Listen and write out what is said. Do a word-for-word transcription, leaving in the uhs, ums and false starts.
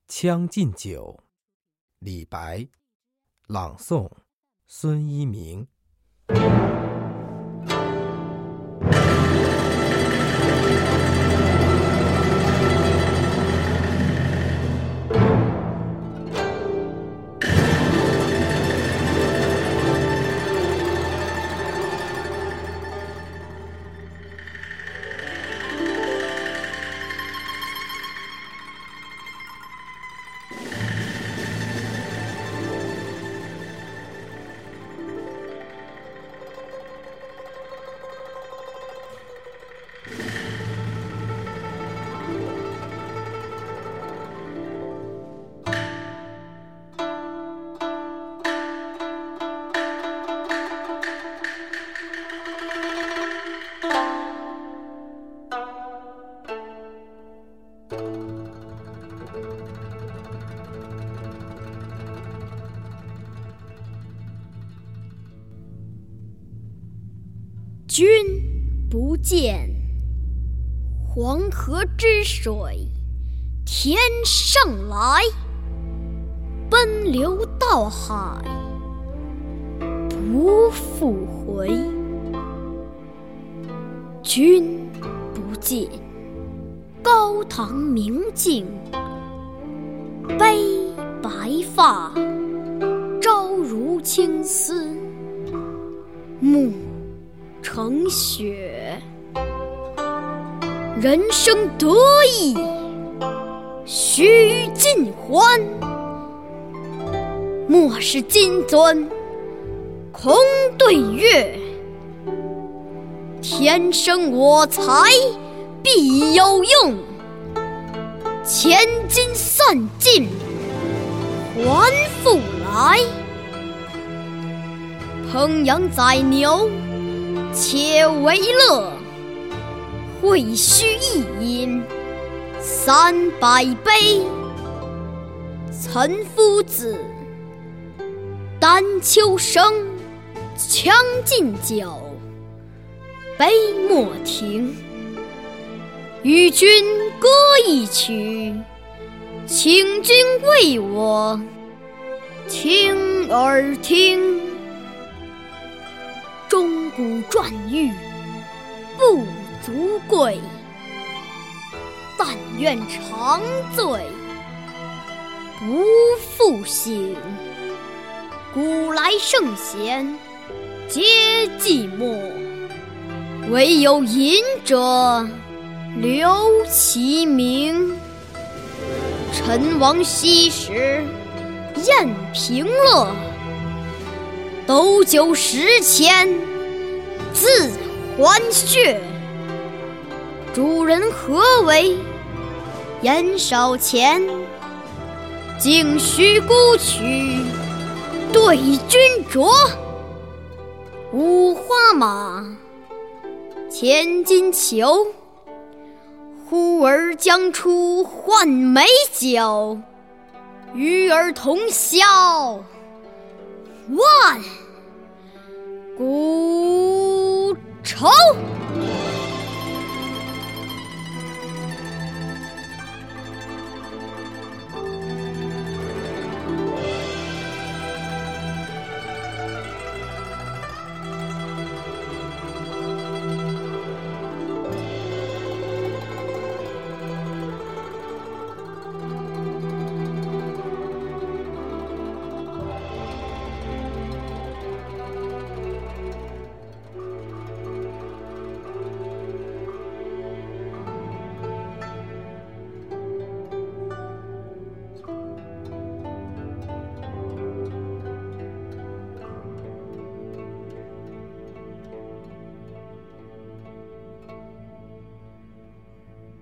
将进酒》，李白，朗诵孙一鸣。 君不见，黄河之水天上来，奔流到海不复回。君不见，高堂明镜悲白发，朝如青丝暮成雪。人生得意须尽欢，莫使金樽空对月。天生我材必有用，千金散尽还复来。烹羊宰牛且为乐，会须一饮三百杯。岑夫子，丹丘生，将进酒，杯莫停。与君歌一曲，请君为我倾耳听。钟鼓馔玉不足贵，但愿长醉不复醒。古来圣贤皆寂寞，惟有饮者留其名。陈王昔时宴平乐，斗酒十千恣欢谑。主人何为言少钱，径须沽取对君酌。五花马，千金裘，呼儿将出换美酒。与尔同销万古愁。